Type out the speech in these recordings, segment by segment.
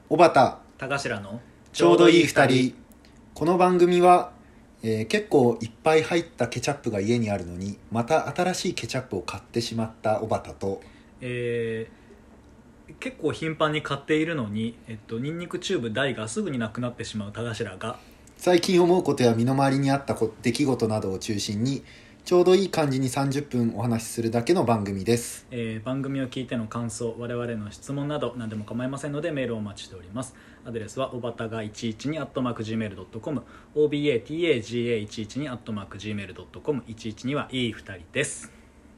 小畑田頭のちょうどいい2人。この番組は、結構いっぱい入ったケチャップが家にあるのにまた新しいケチャップを買ってしまった小畑と、 結構頻繁に買っているのに、ニンニクチューブ大がすぐになくなってしまう田頭が最近思うことや身の回りにあった出来事などを中心にちょうどいい感じに30分お話しするだけの番組です。 番組を聞いての感想、我々の質問など何でも構いませんのでメールをお待ちしております。アドレスはおばたが112 @gmail.com、 obataga112 @gmail.com、 112はいい2人です。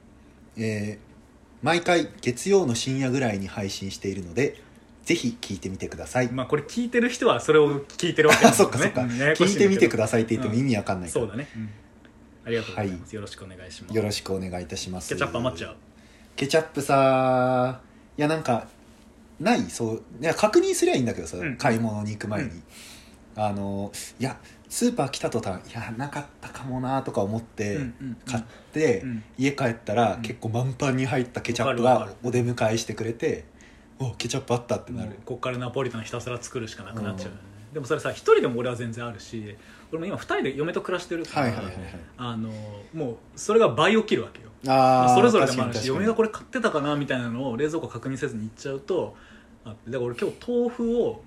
毎回月曜の深夜ぐらいに配信しているのでぜひ聞いてみてください。 まあこれ聞いてる人はそれを聞いてるわけですよね。 そっか、聞いてみてくださいって言っても意味わかんないから、 そうだね、ありがとうございます、はい、よろしくお願いします。 よろしくお願いいたします。 ケチャップ余っちゃう。 ケチャップさ、いやなんかない、そういや確認すりゃいいんだけどさ、買い物に行く前に、いやスーパー来た途端いやなかったかもなとか思って買って、家帰ったら、結構満パンに入ったケチャップがお出迎えしてくれて、おケチャップあったってなる。 こっからナポリタンひたすら作るしかなくなっちゃう、でもそれさ一人でも俺は全然あるし、俺も今2人で嫁と暮らしてるから、もうそれが倍起きるわけよ。それぞれでもあるし、嫁がこれ買ってたかなみたいなのを冷蔵庫確認せずにいっちゃうと、だから俺今日豆腐を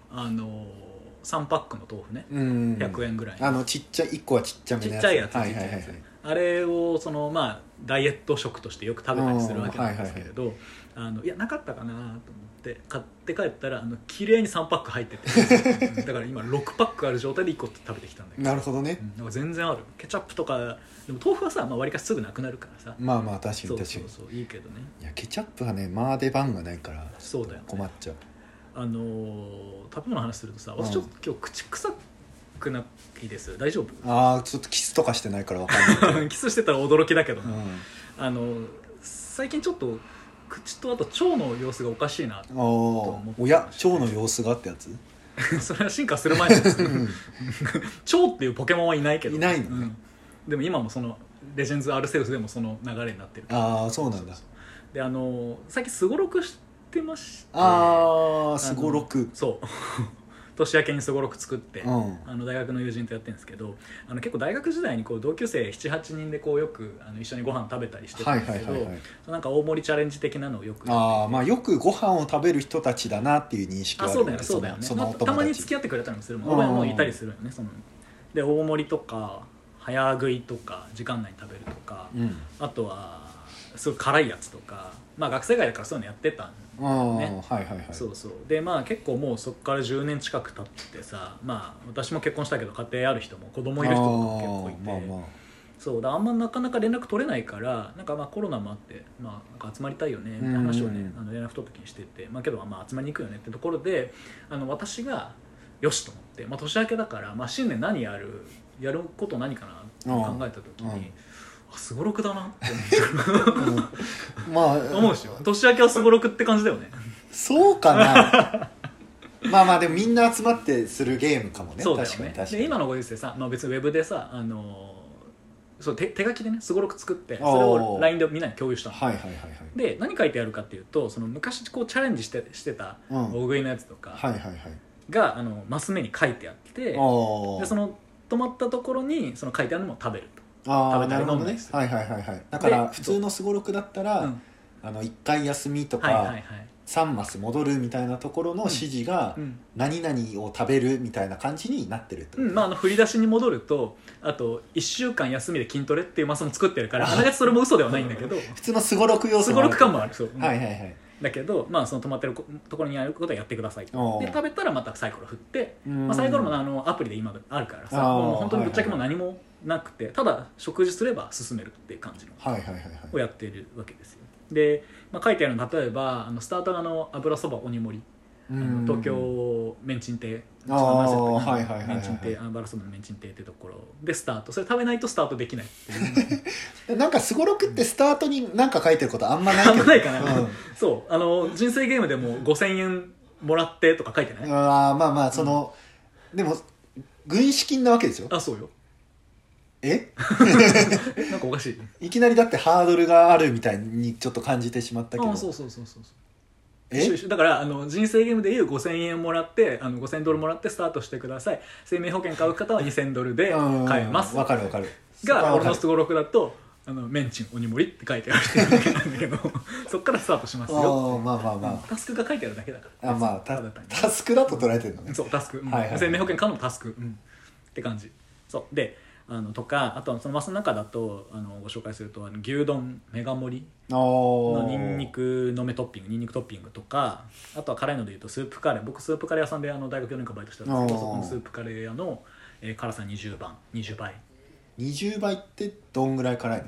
3パックの豆腐ね、100円ぐらいちっちゃい1個はちっちゃめのやつ、 ちっちゃいやつ、あれをダイエット食としてよく食べたりするわけなんですけれど、いやなかったかなと思って買って帰ったら綺麗に3パック入っててだから今6パックある状態で1個食べてきたんだけど。 なるほどね、 なんか全然ある。ケチャップとかでも豆腐はさ、わりかしすぐなくなるからさ、 まあ確かに確かにそういいけどね。いやケチャップはね出番がないからそうだよ、ね、 困っちゃう。 食べ物の話するとさ、私ちょっと今日口臭くないです。大丈夫？ ちょっとキスとかしてないから分かんないキスしてたら驚きだけど、最近ちょっと口とあと腸の様子がおかしいなと思って。 おや腸の様子がってやつそれは進化する前のやつ腸っていうポケモンはいないけどいないの、 でも今もそのレジェンズアルセウスでもその流れになってる。 そうなんだ。 で最近すごろくしてまして、 すごろく、 そう年明けにすごろく作って、大学の友人とやってるんですけど、結構大学時代に同級生 7,8 人でよく一緒にご飯食べたりしてたんですけど、なんか大盛りチャレンジ的なのをよくよくご飯を食べる人たちだなっていう認識はあるよね。 そうだよね、たまに付き合ってくれたりもするもん、もういたりするよね。で大盛りとか早食いとか時間内に食べるとか、あとはすごい辛いやつとか、学生街だからそういうのやってたんね。そうで結構もうそこから10年近く経ってさ、私も結婚したけど家庭ある人も子供いる人も結構いて、そうだ、あんまなかなか連絡取れないから、なんかコロナもあって、なんか集まりたいよねみたいな話をね、連絡取った時にしてて、けど集まりに行くよねってところで、私がよしと思って、年明けだから、新年何やること何かなって考えた時に、すごろくだなって思うでしょ。年明けはすごろくって感じだよね。 そうかなでもみんな集まってするゲームかもね。 そうだよね。 確かにで今のご時世さ、別にウェブでさ、手書きでねすごろく作って、それを LINE でみんなに共有したの。で何書いてあるかっていうと、昔チャレンジしてた大食いのやつとかがマス目に書いてあって、でその止まったところにその書いてあるのも食べると。食べたり飲んだりする。 だから普通のすごろくだったら、1回休みとか3マス戻るみたいなところの指示が何々を食べるみたいな感じになってるってこと。 振り出しに戻ると、あと1週間休みで筋トレっていうマスも作ってるから、あながちそれも嘘ではないんだけど普通のすごろく要素もある。 すごろく感もある。そうだけど、その止まってるところにやることはやってくださいと。で食べたらまたサイコロ振って、サイコロもアプリで今あるからさ、もう本当にぶっちゃけも何もなくて、ただ食事すれば進めるっていう感じのをやっているわけですよ。で、書いてあるの例えばスタートが油そば鬼盛り、東京メンチン亭、メンチン亭、油そばのメンチン亭ってところでスタート。それ食べないとスタートできないっていうなんかすごろくってスタートに何か書いてることあんまないけど、 あんまないかな、そう人生ゲームでも5000円もらってとか書いてない。 でも軍資金なわけですよ。 そうよ。なんかおかしい。 いきなりだってハードルがあるみたいにちょっと感じてしまったけど。 そうだから人生ゲームでいう5000円もらって5000ドルもらってスタートしてください、生命保険買う方は2000ドルで買えます。 わかるわかる。 が俺のスト5 6だとメンチン鬼盛りって書いてあるだけなんだけどそっからスタートしますよ。 まあまあまあ、 タスクが書いてあるだけだから。 まあタスクだと捉えてるのね。 そうタスク、 はいはい、 生命保険買うのもタスク、って感じ。そうでとか、あとはそのマスの中だとご紹介すると牛丼メガ盛りのニンニクのめトッピング、ニンニクトッピングとか、あとは辛いのでいうとスープカレー、僕スープカレー屋さんで大学4年間バイトしてたんですけど、そこのスープカレー屋の、辛さ20倍。 20倍ってどんぐらい辛いの？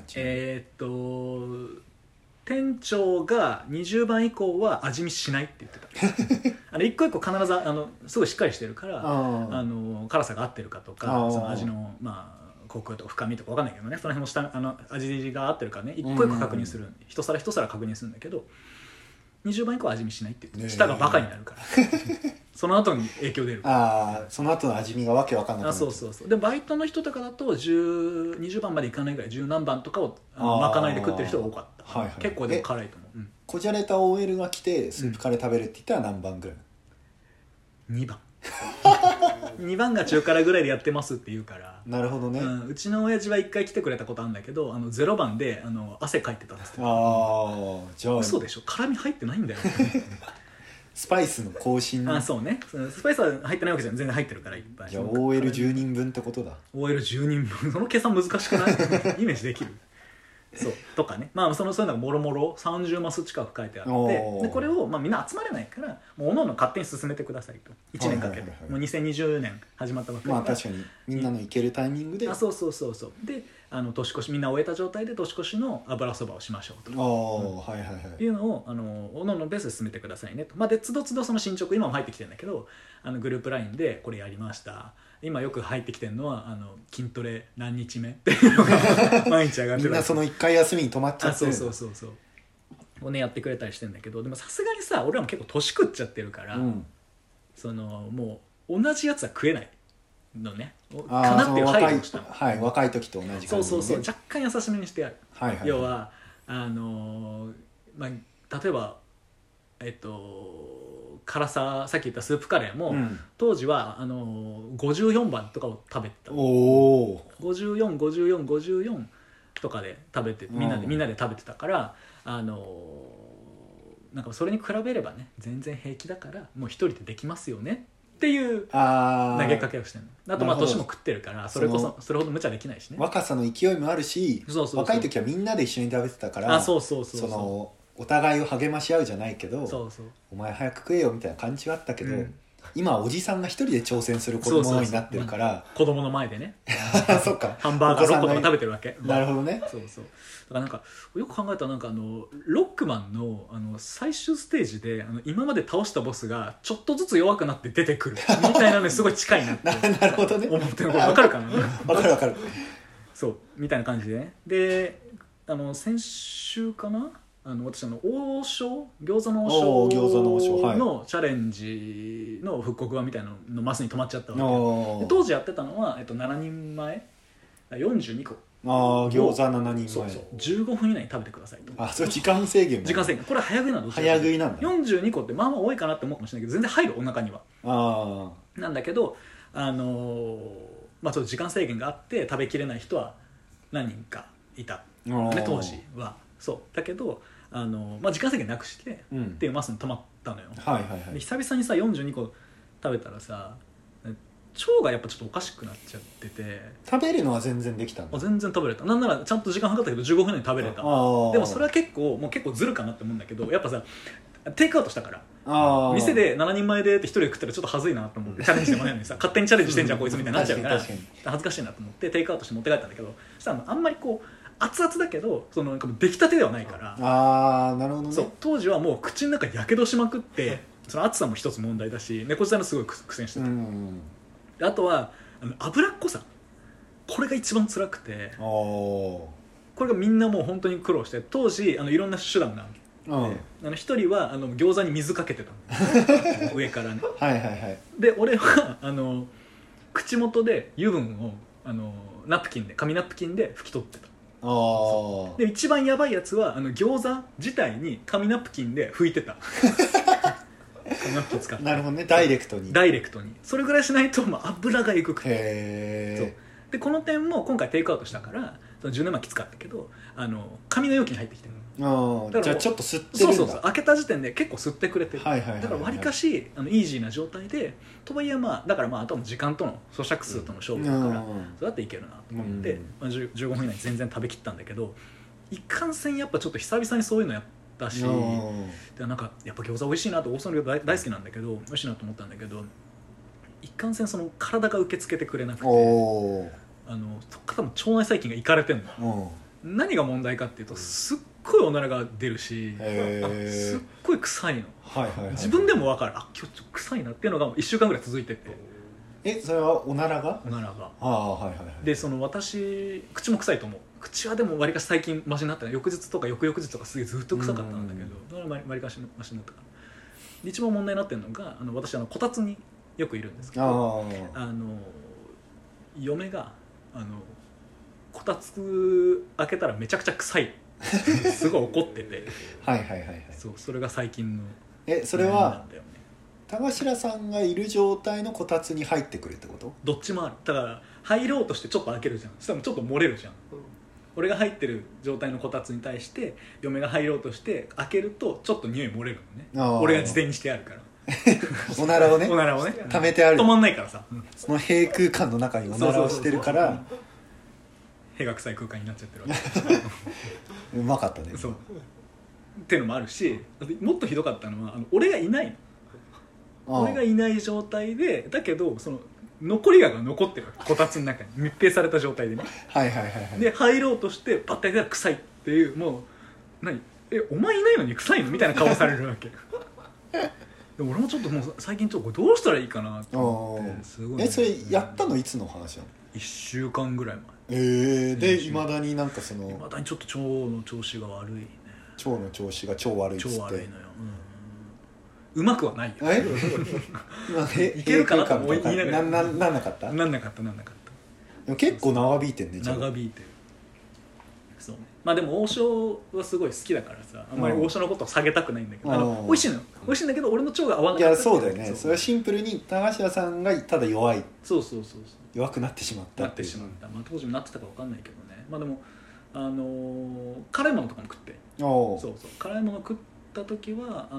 店長が20番以降は味見しないって言ってた一個一個必ずすごいしっかりしてるから辛さが合ってるかとか、その味のコクとか深みとか分かんないけどね、その辺も味が合ってるかね一個一個確認する、一皿一皿確認するんだけど、20番以降は味見しないって言って舌がバカになるからその後に影響出る。 その後の味見がわけわかんなくなる。 そうでバイトの人とかだと20番までいかないぐらい10何番とかをまかないで食ってる人が多かった、結構でも辛いと思う。 こじゃれた OL が来てスープカレー食べるって言ったら何番ぐらい ？2番2番が中辛ぐらいでやってますって言うから。 なるほどね。 うちの親父は1回来てくれたことあるんだけど0番で汗かいてたんですって。 じゃあ嘘でしょ、辛み入ってないんだよスパイスの香辛。 そうね、スパイスは入ってないわけじゃん、全然入ってるからいっぱい。 じゃあ OL10 人分ってことだ。 OL10 人分その計算難しくないイメージできるそうとかね、そういうのがもろもろ30マス近く書いてあってでこれをみんな集まれないからもうおのおの勝手に進めてくださいと1年かけて、もう2020年始まったばっかりだから確かにみんなの行けるタイミングでそうで年越しみんな終えた状態で年越しの油そばをしましょうというのをおのおのベースで進めてくださいねと。でつどつどその進捗今も入ってきてるんだけどグループ LINE でこれやりました、今よく入ってきてるのは筋トレ何日目っていうのが毎日上がってるみんなその1回休みに止まっちゃってる。 そうをねやってくれたりしてるんだけど、でもさすがにさ俺らも結構年食っちゃってるから、もう同じやつは食えないのねかなっていう配慮をしたの。 若い時と同じ感じで、 そう若干優しめにしてやる、要は例えば辛ささっき言ったスープカレーも、当時は54番とかを食べてた。54とかで食べてみんなで食べてたからなんかそれに比べればね全然平気だからもう一人でできますよねっていう投げかけをしてるの。あと年も食ってるからそれこそそれほど無茶できないしね。 若さの勢いもあるし、若い時はみんなで一緒に食べてたからお互いを励まし合うじゃないけど、お前早く食えよみたいな感じはあったけど、今はおじさんが一人で挑戦する子供になってるから子供の前でねそっかハンバーガー6個とか食べてるわけ。 なるほどね。 だからなんかよく考えたらロックマンの最終ステージで今まで倒したボスがちょっとずつ弱くなって出てくるみたいなのにすごい近いなってなるほどね思ってる。分かるかな分かるそうみたいな感じでね。で先週かな私王将餃子の王将のチャレンジの復刻版みたいなのマスに止まっちゃったわけで、当時やってたのは、7人前42個餃子7人前 15分以内に食べてくださいと。 それ時間制限。 これは早食いなの。 早食いなんだ。 42個ってまあ多いかなって思うかもしれないけど全然入るお腹には。なんだけどちょっと時間制限があって食べきれない人は何人かいた、当時は。だけど時間制限なくしてっていうマスに止まったのよ。で久々にさ42個食べたらさ腸がやっぱちょっとおかしくなっちゃってて。 食べるのは全然できたんだ。 全然食べれた。なんならちゃんと時間計ったけど15分以内に食べれた。でもそれは結構ずるかなって思うんだけど、やっぱさテイクアウトしたから店で7人前でって1人で食ったらちょっと恥ずいなと思ってチャレンジしてもないのにさ勝手にチャレンジしてんじゃんこいつみたいになっちゃうから恥ずかしいなと思ってテイクアウトして持って帰ったんだけど、そしたらあんまり熱々だけどなんか出来たてではないから。 なるほどね。 当時はもう口の中やけどしまくってその熱さも一つ問題だし猫舌のすごい苦戦してた。あとは脂っこさ、これが一番辛くて、これがみんなもう本当に苦労して、当時いろんな手段があって一人は餃子に水かけてたの上からねで俺は口元で油分をナプキンで紙ナプキンで拭き取ってた。で一番やばいやつは餃子自体に紙ナプキンで拭いてた髪の毛きつかったなるほどね、ダイレクトにそれぐらいしないと、まあ、油がえぐくて。 へそうでこの点も今回テイクアウトしたからその10年前きつかったけど紙の容器に入ってきてるの。じゃあちょっと吸ってるんだ。 そう開けた時点で結構吸ってくれてる、 はいはいはいはい、 だからわりかしイージーな状態で、とはいえまあだからまああとは時間との咀嚼数との勝負だから、そうやっていけるなと思って、まあ、15分以内に全然食べきったんだけど、いかんせんやっぱちょっと久々にそういうのやったし、でなんかやっぱ餃子美味しいなと、大阪の餃子大好きなんだけど美味しいなと思ったんだけど、いかんせんその体が受け付けてくれなくて、そっから多分腸内細菌がいかれてんの。何が問題かっていうと、すっごいおならが出るし、すっごい臭いの、 はいはいはい、 自分でも分かる、あ今日ちょっと臭いなっていうのが1週間ぐらい続いてて。 それはおならがはいはいはい。でその私口も臭いと思う。口はでもわりかし最近マシになった、翌日とか翌々日とかすげえずっと臭かったんだけど、わりかしマシになったから。一番問題になってるのが私こたつによくいるんですけど、嫁がこたつ開けたらめちゃくちゃ臭いすごい怒っててはいはいはいはい、 それが最近のそれは田頭さんがいる状態のこたつに入ってくるってこと？ どっちもある。だから入ろうとしてちょっと開けるじゃん、そしたらちょっと漏れるじゃん、俺が入ってる状態のこたつに対して嫁が入ろうとして開けるとちょっと匂い漏れるのね、俺が事前にしてあるからおならをね溜めてある、 止まんないからさ、 その閉空間の中におならをしてるから屁が臭い空間になっちゃってるわけうまかったね。 そうっていうのもあるし、もっとひどかったのは俺がいないの、俺がいない状態で、だけどその残りが残ってるこたつの中に密閉された状態でねはいはいはい、はい、 で入ろうとしてバッて開けたら臭いっていう、もうお前いないのに臭いのみたいな顔されるわけでも俺もちょっともう最近ちょっとどうしたらいいかなと思って、すごい、 それやったのいつの話なの ？1週間ぐらい前。 でいまだになんかそのいまだにちょっと腸の調子が悪いね。 腸の調子が超悪いっつって。 超悪いのよ、うまくはないよいけるかなと思いながらなんなかった。でも結構長引いてんね。 長引いてる。そうまあでも王将はすごい好きだからさ、あんまり王将のことを下げたくないんだけど、美味しいのよ、美味しいんだけど俺の腸が合わなかった。 いやそうだよね、それはシンプルに田頭さんがただ弱い、 そう弱くなってしまったまあ、当時もなってたか分かんないけどね。まあでも辛いものとかも食って、そう辛いもの食った時は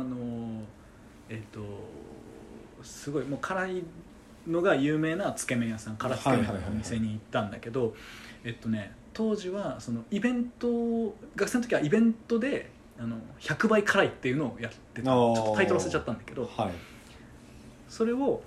すごいもう辛いのが有名なつけ麺屋さん、辛つけ麺のお店に行ったんだけど、当時はそのイベント、学生の時はイベントで100倍辛いっていうのをやってた、ちょっとタイトル忘れちゃったんだけど、それを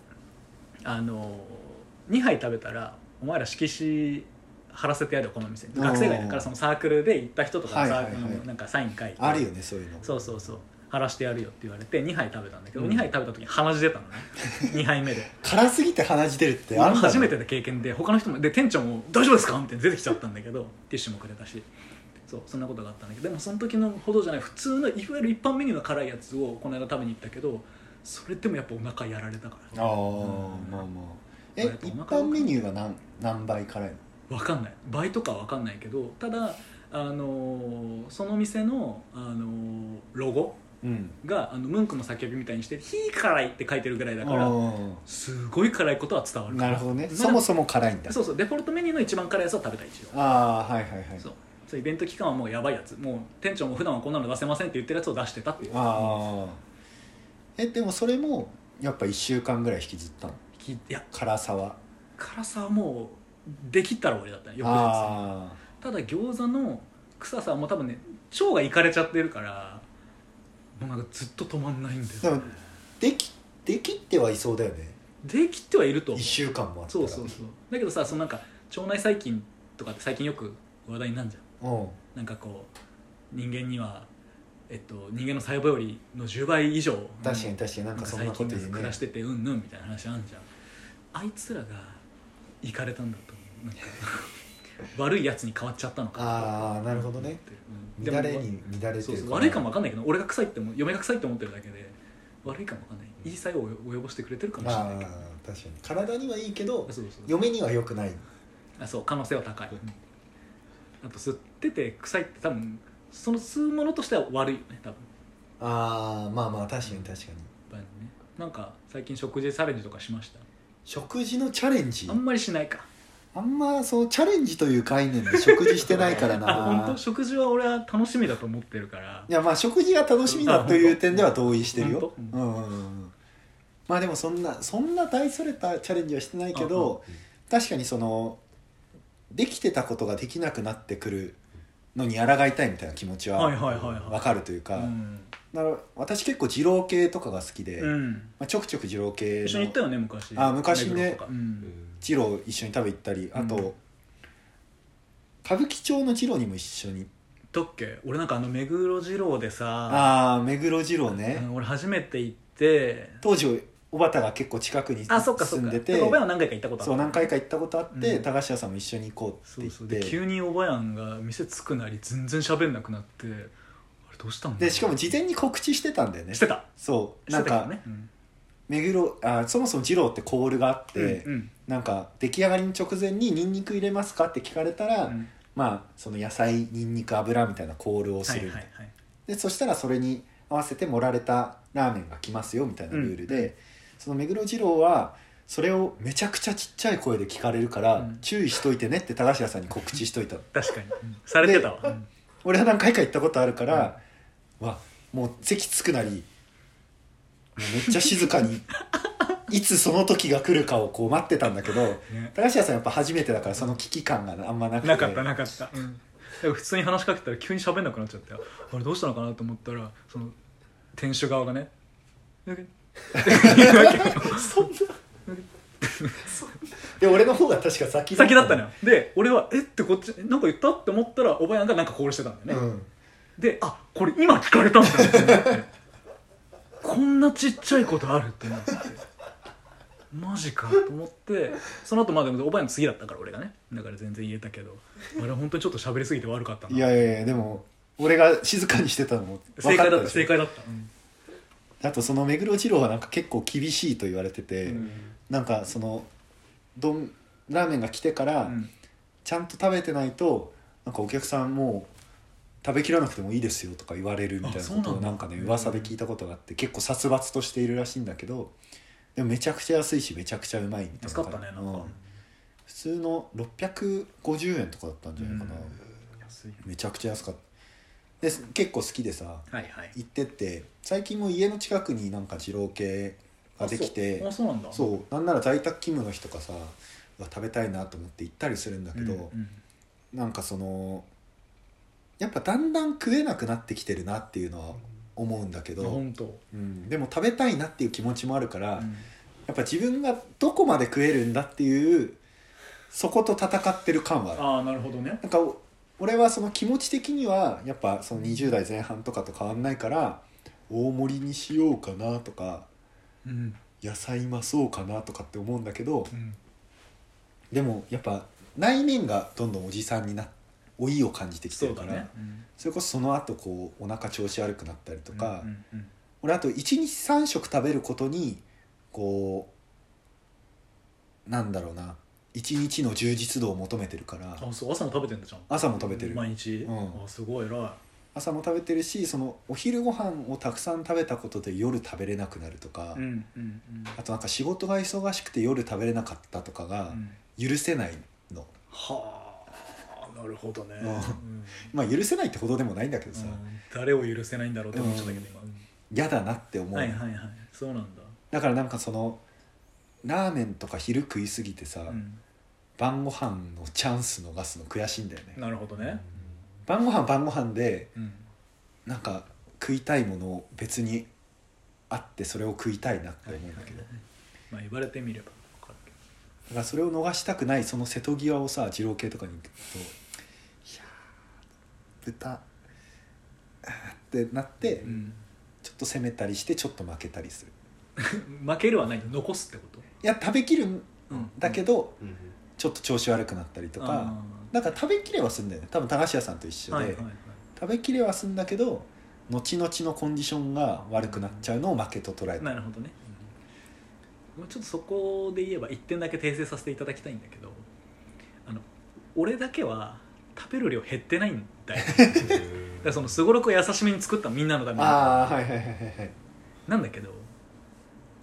2杯食べたらお前ら色紙貼らせてやるよこの店に。学生街だからそのサークルで行った人とかなんかサイン書いてあるよねそういうの、 そう貼らしてやるよって言われて2杯食べたんだけど、2杯食べた時に鼻血出たのね2杯目で辛すぎて鼻血出るってあるんだ。 初めての経験で、他の人もで店長も大丈夫ですかみたいな出てきちゃったんだけどティッシュもくれたし、そんなことがあったんだけど、でもその時のほどじゃない普通のいわゆる一般メニューの辛いやつをこの間食べに行ったけど、それでもやっぱお腹やられたから、まあ一般メニューは何倍辛いの？分かんない、倍とかは分かんないけど、ただその店の、ロゴがムンクの叫びみたいにして「ひー辛い」って書いてるぐらいだから、すごい辛いことは伝わるから。 なるほどね、そもそも辛いんだ。 そうデフォルトメニューの一番辛いやつを食べた一応。そうイベント期間はもうやばいやつ、もう店長も普段はこんなの出せませんって言ってるやつを出してたっていう。 でもそれもやっぱ1週間ぐらい引きずったの？ いや辛さはもうできったら終わりだったね、翌日。ただ餃子の臭さはもう多分ね腸がいかれちゃってるから、もうなんかずっと止まんないんだよね。 できってはいそうだよね。 できってはいると 1週間もあったら。 そうだけどさ、そのなんか腸内細菌とかって最近よく話題になるじゃん。なんかこう人間には人間の細胞よりの10倍以上確かになんかそんなこと言うね、 暮らしててうんぬんみたいな話あんじゃん。あいつらがいかれたんだと思う。なんか悪いやつに変わっちゃったのかなるほどね、乱れに乱れてる。 悪いかも分かんないけど、俺が臭いって嫁が臭いって思ってるだけで悪いかも分かんない、いい作用を及ぼしてくれてるかもしれないけど。 確かに体にはいいけど嫁には良くない。 そう可能性は高い。あと吸ってて臭いって多分その吸うものとしては悪いよね多分。 まあ確かに、 ね、 なんか最近食事チャレンジとかしました？ 食事のチャレンジあんまりしないか。 あんまそうチャレンジという概念で食事してないからな本当食事は俺は楽しみだと思ってるから。 いやまあ食事が楽しみだという点では同意してるよ、 うん、 まあでもそんな大それたチャレンジはしてないけど、確かにそのできてたことができなくなってくるのに抗いたいみたいな気持ちは分かるというか、だから私結構二郎系とかが好きで、まあ、ちょくちょく二郎系の一緒に行ったよね昔。 昔ね、二郎一緒に食べ行ったり、あと、歌舞伎町の二郎にも一緒にだっけ。俺なんか目黒二郎でさ、 目黒二郎ね、 俺初めて行って、 当時小畑が結構近くに住んでて、 おばやん何回か行ったことあって、 そう何回か行ったことあって、高橋さんも一緒に行こうって言って、 そうで急におばやんが店着くなり全然喋んなくなって、あれどうしたんだ。 でしかも事前に告知してたんだよね。 してた。 そうなんか、ね、目黒そもそも二郎ってコールがあって、なんか出来上がりの直前にニンニク入れますかって聞かれたら、まあその野菜ニンニク油みたいなコールをするみたいな、でそしたらそれに合わせて盛られたラーメンが来ますよみたいなルールで、その目黒二郎はそれをめちゃくちゃちっちゃい声で聞かれるから、注意しといてねって高橋さんに告知しといた。 確かに、されてたわ。 俺は何回か行ったことあるから、もう席着くなりもうめっちゃ静かにいつその時が来るかをこう待ってたんだけど、高橋さんやっぱ初めてだからその危機感があんまなくて、 なかった、普通に話しかけたら急に喋んなくなっちゃって、あれどうしたのかなと思ったら、その店主側がねそんなで俺の方が確か先だったのよ。で俺はってこっちなんか言ったって思ったらおばやんがなんかコールしてたんだよね、でこれ今聞かれたんだって思ってこんなちっちゃいことあるって思ってマジかと思って、その後までおばやん次だったから俺がね、だから全然言えたけど、あれ本当にちょっと喋りすぎて悪かったな。 いやでも俺が静かにしてたのも正解だった、 あとその目黒二郎はなんか結構厳しいと言われてて、なんかそのラーメンが来てからちゃんと食べてないとなんかお客さんもう食べきらなくてもいいですよとか言われるみたいなことをなんかね噂で聞いたことがあって、結構殺伐としているらしいんだけど、でもめちゃくちゃ安いしめちゃくちゃうまいみたいな。 安かったねなんか、 普通の650円とかだったんじゃないかな、 安い。 めちゃくちゃ安かったで結構好きでさ、行ってって最近も家の近くになんか二郎系ができて、 そうなんだ。 そうなんなら在宅勤務の日とかさ食べたいなと思って行ったりするんだけど、なんかそのやっぱだんだん食えなくなってきてるなっていうのは思うんだけど、でも食べたいなっていう気持ちもあるから、やっぱ自分がどこまで食えるんだっていうそこと戦ってる感はある。 なるほどね。 なんか俺はその気持ち的にはやっぱその20代前半とかと変わんないから大盛りにしようかなとか、野菜増そうかなとかって思うんだけど、でもやっぱ内面がどんどんおじさんに老いを感じてきてるから、それこそその後こうお腹調子悪くなったりとか、俺あと1日3食食べることにこうなんだろうな1日の充実度を求めてるから。 そう、朝も食べてんだじゃん。 朝も食べてる毎日、すごい偉い。 朝も食べてるし、そのお昼ご飯をたくさん食べたことで夜食べれなくなるとか、あとなんか仕事が忙しくて夜食べれなかったとかが許せないの。 はあ、なるほどね。 まあ許せないってほどでもないんだけどさ、 誰を許せないんだろうって思っちゃったけど今。 嫌だなって思う。 そうなんだ。 だからなんかそのラーメンとか昼食いすぎてさ、晩ご飯のチャンス逃すの悔しいんだよね。 なるほどね。 晩ご飯で、なんか食いたいもの別にあってそれを食いたいなって思うんだけど、 まあ言われてみれば分かるけど、 だからそれを逃したくないその瀬戸際をさ二郎系とかに行くと、いや豚ってなって、ちょっと攻めたりしてちょっと負けたりする負けるはない残すってこと？ いや食べきるんだけど、ちょっと調子悪くなったりとか、なんか食べきれはすんだよね。多分高橋屋さんと一緒で、食べきれはすんだけど後々のコンディションが悪くなっちゃうのを負けと捉えて、 なるほどね。ちょっとそこで言えば1点だけ訂正させていただきたいんだけど、俺だけは食べる量減ってないんだよだからそのすごろくを優しめに作ったみんなのために。なんだけど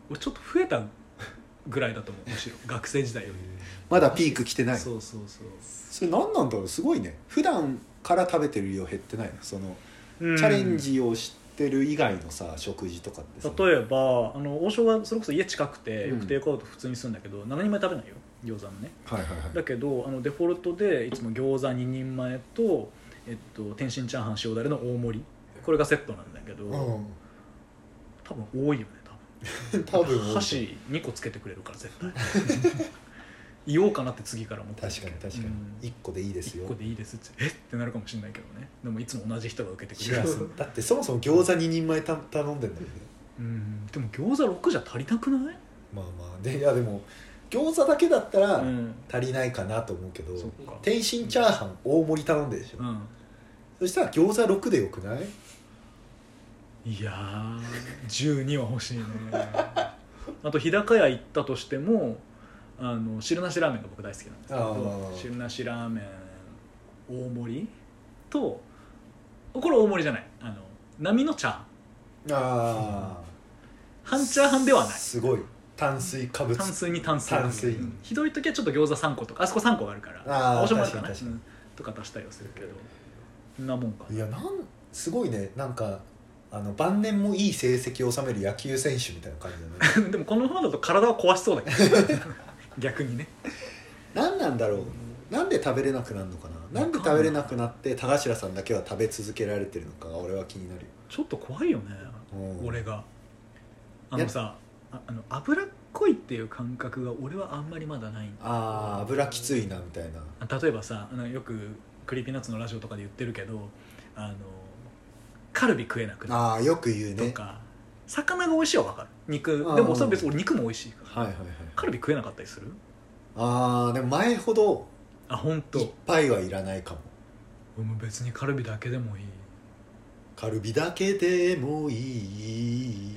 俺ちょっと増えたぐらいだと思うむしろ学生時代よりまだピーク来てない。 そうそうそうそれ何なんだろう、すごいね。普段から食べてる量減ってないの、その、 うんチャレンジをしてる以外のさ食事とかってさ。 例えば王将がそれこそ家近くてうんよくテイクアウト普通にするんだけど、7人前食べないよ餃子のね。 はいはいはい。 だけどデフォルトでいつも餃子2人前と、天津チャーハン塩だれの大盛り、これがセットなんだけど、多分多いよね多分箸2個つけてくれるから絶対言おうかなって次から思って確かに確かに、1個でいいですよ。 1個でいいですってってなるかもしれないけどね。でもいつも同じ人が受けてくれるだってそもそも餃子2人前頼んでんだよね。 でも餃子6じゃ足りなくない？ まあまあで、いやでも餃子だけだったらうん足りないかなと思うけど、 そっか天津チャーハン大盛り頼んでるでしょ、そしたら餃子6でよくない？ いやー12は欲しいねあと日高屋行ったとしても汁なしラーメンが僕大好きなんですけど、汁なしラーメン大盛りと、これ大盛りじゃない並のチャーハン、半チャーハンではない、 すごい炭水化物、 炭水に炭水、ひどい時はちょっと餃子3個とか、あそこ3個があるからあ王将もあるかな、 確かにとか足したりはするけど、そんなもんかな。 いやすごいね、なんか晩年もいい成績を収める野球選手みたいな感じだねでもこのままだと体は壊しそうだけど逆にね。 何なんだろう、なんで食べれなくなるのかな、なんで食べれなくなって田頭さんだけは食べ続けられてるのかが俺は気になるよ。 ちょっと怖いよね、 うん俺がさ脂っこいっていう感覚が俺はあんまりまだないんだ。 油きついなみたいな。 例えばさよくクリーピーナッツのラジオとかで言ってるけどカルビ食えなくなるよく言うねとか、魚が美味しいは分かる、肉でもそれ別に俺肉も美味しいから、 はいはいはい。 カルビ食えなかったりする？ でも前ほど本当。 いっぱいはいらないかも。 俺も別にカルビだけでもいい。 カルビだけでもいい。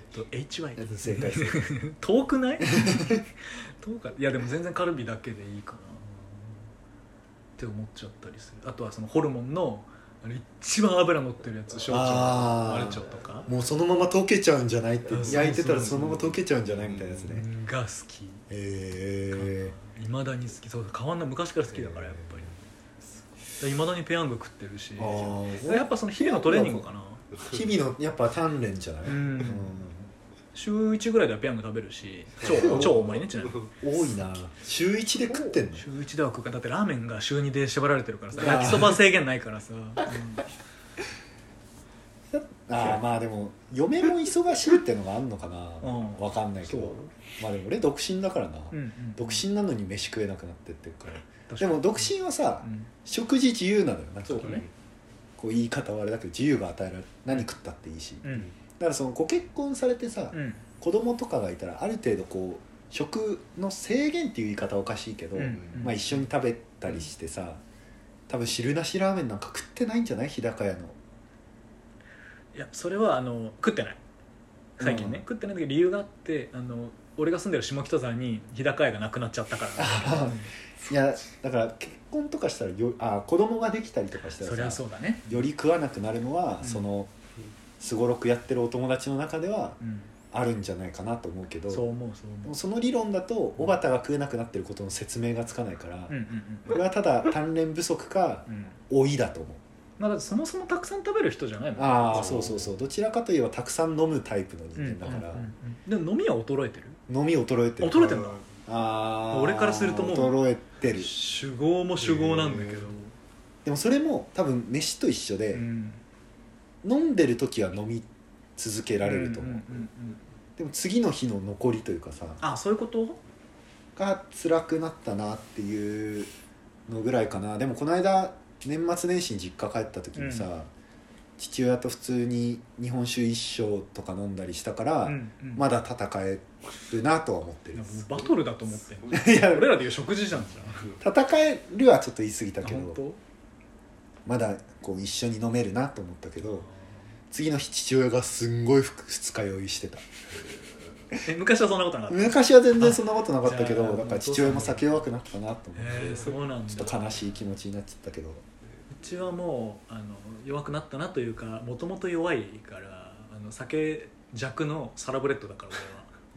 HY 正解です遠くない遠かいやでも全然カルビだけでいいかなって思っちゃったりする。あとはそのホルモンの一番脂乗ってるやつ、小腸マルチョとかもうそのまま溶けちゃうんじゃないって、 そうそう焼いてたらそのまま溶けちゃうんじゃないみたいなやつね。 が好き。いまだに好き。そう変わんない、昔から好きだからやっぱりいまだにペヤング食ってるし、やっぱその日々のトレーニングかな。 日々のやっぱ鍛錬じゃない、 週1ぐらいではペヤング食べるし、超大盛りね、ちなみに多いな。週1で食ってんの？ 週1では食うか。だってラーメンが週2で縛られてるからさ、焼きそば制限ないからさ、 まあでも嫁も忙しいってのがあんのかな、わかんないけど、まあでも俺独身だからな、独身なのに飯食えなくなってってるから。でも独身はさ、食事自由なのよ。なんかこう言い方はあれだけど自由が与えられる、何食ったっていいし、だからそのご結婚されてさ、子供とかがいたらある程度こう食の制限っていう言い方はおかしいけど、まあ一緒に食べたりしてさ、多分汁なしラーメンなんか食ってないんじゃない？日高屋の。 いやそれは食ってない最近ね、食ってないんだけど理由があって、俺が住んでる下北沢に日高屋がなくなっちゃったからいやだから結婚とかしたら子供ができたりとかしたらさ、 そりゃそうだね、 より食わなくなるのは、そのすごろくやってるお友達の中ではあるんじゃないかなと思うけど、 そう思う。 その理論だと小畑が食えなくなってることの説明がつかないから、これはただ鍛錬不足か老いだと思う。 まあ、だってそもそもたくさん食べる人じゃないもん。 そうどちらかといえばたくさん飲むタイプの人間だから、 でも飲みは衰えてる。 飲み衰えてる。 衰えてるんだ。俺からするともう衰えてる。 酒豪も酒豪なんだけど、 でもそれも多分飯と一緒で、飲んでる時は飲み続けられると思う。でも次の日の残りというかさ、 そういうことが辛くなったなっていうのぐらいかな。でもこの間年末年始に実家帰った時にさ、父親と普通に日本酒一升とか飲んだりしたから、まだ戦えるなとは思ってる。 バトルだと思っていや俺らでいう食事じゃん。 戦えるはちょっと言い過ぎたけど、まだこう一緒に飲めるなと思ったけど、次の日父親がすんごい二日酔いしてた。 昔はそんなことなかった？ 昔は全然そんなことなかったけど、だから父親も酒弱くなったなと思って、 そうなんだ。 ちょっと悲しい気持ちになっちゃったけど、 うちはもう弱くなったなというか、もともと弱いから酒弱のサラブレッドだから俺は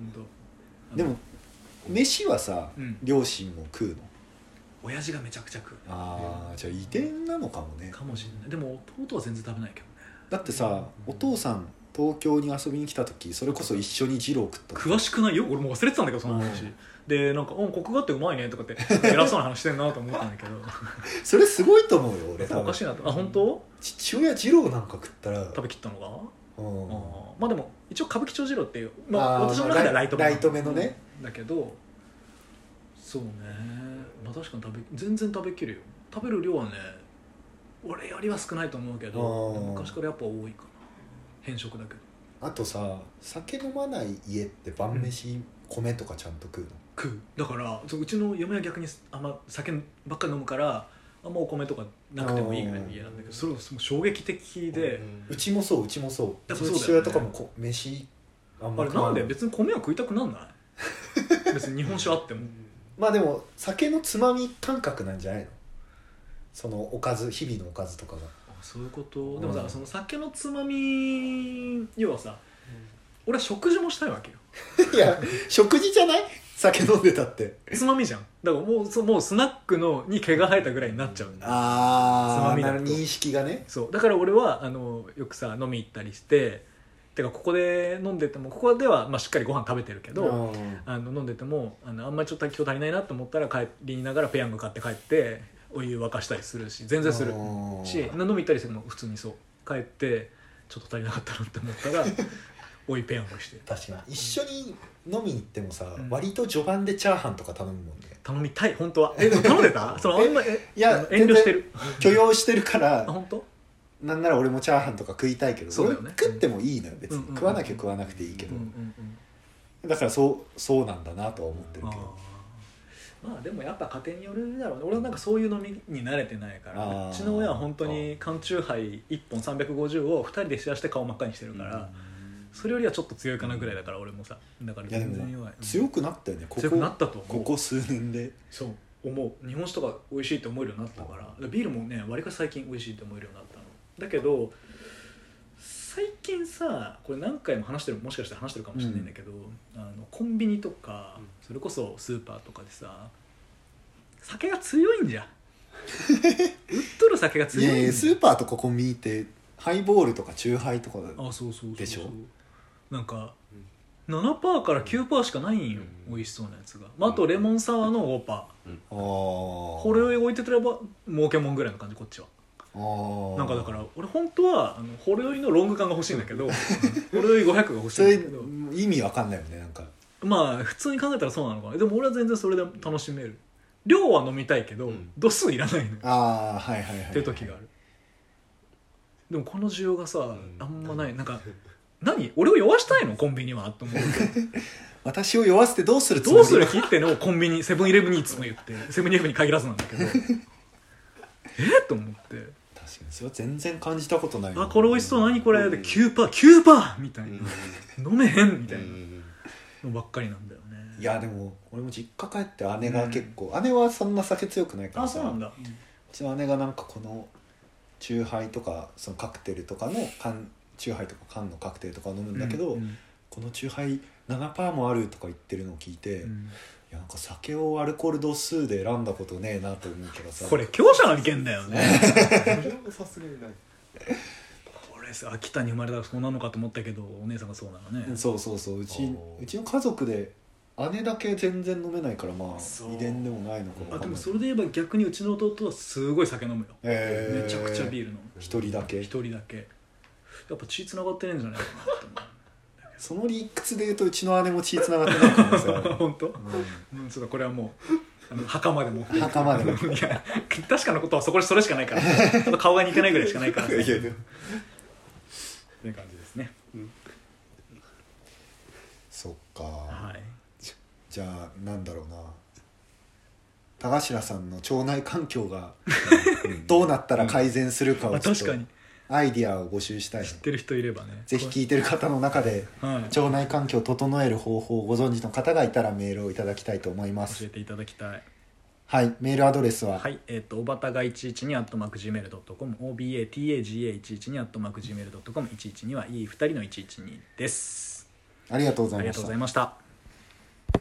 当でも飯はさ、両親も食うの？ 親父がめちゃくちゃ食う。 ああ、じゃあ遺伝なのかもね。 かもしれない。でも弟は全然食べないけどね。 だってさ、お父さん東京に遊びに来た時それこそ一緒に二郎食った。 詳しくないよ、俺もう忘れてたんだけどその話、でなんか「コクがあってうまいね」とかって偉そうな話してんなと思ったんだけどそれすごいと思うよ俺。 おかしいなと。あ、本当？ 父親二郎なんか食ったら食べきったのが、 あ、 まあでも一応歌舞伎町二郎っていう、まあ、私の中ではライトめのね、だけどそうね、まあ確かに全然食べきるよ。食べる量はね俺よりは少ないと思うけど昔からやっぱ多いかな。偏食だけど。 あとさ、酒飲まない家って晩飯、米とかちゃんと食うの？ 食う。だからうちの嫁は逆にあんま酒ばっかり飲むからあんまお米とかなくてもいいぐらいの家なんだけど、それが衝撃的で、 うちもそう父親とかも飯あんまあれなんで別に米は食いたくなんない別に日本酒あってもまあでも酒のつまみ感覚なんじゃないの？そのおかず、日々のおかずとかが。 そういうこと。でもさ、その酒のつまみ要はさ、俺は食事もしたいわけよいや食事じゃない？酒飲んでたってつまみじゃん。だからもうスナックに毛が生えたぐらいになっちゃうんだよ。 ああ、 つまみだと認識がね。 そうだから俺はよくさ飲み行ったりして、てかここで飲んでてもここではまあしっかりご飯食べてるけど、飲んでてもあんまりちょっと今日足りないなと思ったら帰りながらペヤング買って帰ってお湯沸かしたりするし、全然するし、飲み行ったりするのも普通にそう帰ってちょっと足りなかったなって思ったらお湯ペヤングして。 確かに一緒に飲みに行ってもさ、割と序盤でチャーハンとか頼むもんね。 頼みたい本当は。でも頼んでた？そのあんまいや遠慮してる。 許容してるからあ、本当？ なんなら俺もチャーハンとか食いたいけど、 そうだよね、 食ってもいいのよ別に、食わなきゃ食わなくていいけど、だからそうなんだなとは思ってるけど。 まあでもやっぱ家庭によるだろうね。俺はなんかそういう飲みに慣れてないから、うちの親は本当に缶チューハイ1本350を2人でシェアして顔真っ赤にしてるから、それよりはちょっと強いかなぐらいだから俺もさ、だから全然弱い。 強くなったよね、 強くなったと思う。 ここ数年で。 そう思う。日本酒とか美味しいって思えるようになったから、ビールもねわりかし最近美味しいって思えるようになったのだけど、最近さこれ何回ももしかして話してるかもしれないんだけど、コンビニとかそれこそスーパーとかでさ酒が強いんじゃん売っとる酒が強いんじゃん。 いやスーパーとかコンビニってハイボールとかチューハイとかでしょ。 なんか 7% から 9% しかないんよ、美味しそうなやつが、あとレモンサワーの 5%、これを置いててれば儲けもんぐらいの感じこっちは。なんかだから俺本当はほろ酔いのロング缶が欲しいんだけどほろ酔い500が欲しいんだけど、 意味わかんないよねなんか。 まあ普通に考えたらそうなのかな。でも俺は全然それで楽しめる。量は飲みたいけど、度数いらないのよ。っていう時がある。でもこの需要がさあんまない。なんか何俺を酔わしたいのコンビニはと思う私を酔わせてどうするつもり？ どうする気ってのをコンビニセブンイレブンにいつも言って、セブンイレブンに限らずなんだけどと思って。 確かにそれは全然感じたことない。 あ、これ美味しそう何これで 9% みたいな、飲めへんみたいなのばっかりなんだよね。 いやでも俺も実家帰って姉が結構、姉はそんな酒強くないからさ。 あ、そうなんだ。うちの姉がなんかこのチューハイとかそのカクテルとかのチューハイとか缶のカクテルとか飲むんだけど、このチューハイ 7% もあるとか言ってるのを聞いて、いやなんか酒をアルコール度数で選んだことねえなと思うけどさ、 これ強者の意見だよねさすがにないこれさ秋田に生まれたらそうなのかと思ったけどお姉さんがそうなのね。 そううちの家族で姉だけ全然飲めないからまあ遺伝でもないのかも分かんない。 でもそれで言えば逆にうちの弟はすごい酒飲むよ、めちゃくちゃビール飲む。 一人だけやっぱ血繋がってねえんじゃないかなって思うその理屈で言うとうちの姉も血繋がってない可能性ある本当？そうだ、これはもう墓まで持ってる。 墓までいや確かなことはそれしかないからちょっと顔が似てないぐらいしかないからっていう感じですね。 そっか、 はい、 じゃあなんだろうな、田頭さんの腸内環境がどうなったら改善するかをちょっとアイディアを募集したい、 知ってる人いればね。 ぜひ聞いてる方の中で腸内環境を整える方法をご存知の方がいたらメールをいただきたいと思います。 教えていただきたい。 はい、メールアドレスはおばたが112 @gmail.com、 obataga112 @gmail.com、112はいい2人の112です。 ありがとうございました。 ありがとうございました。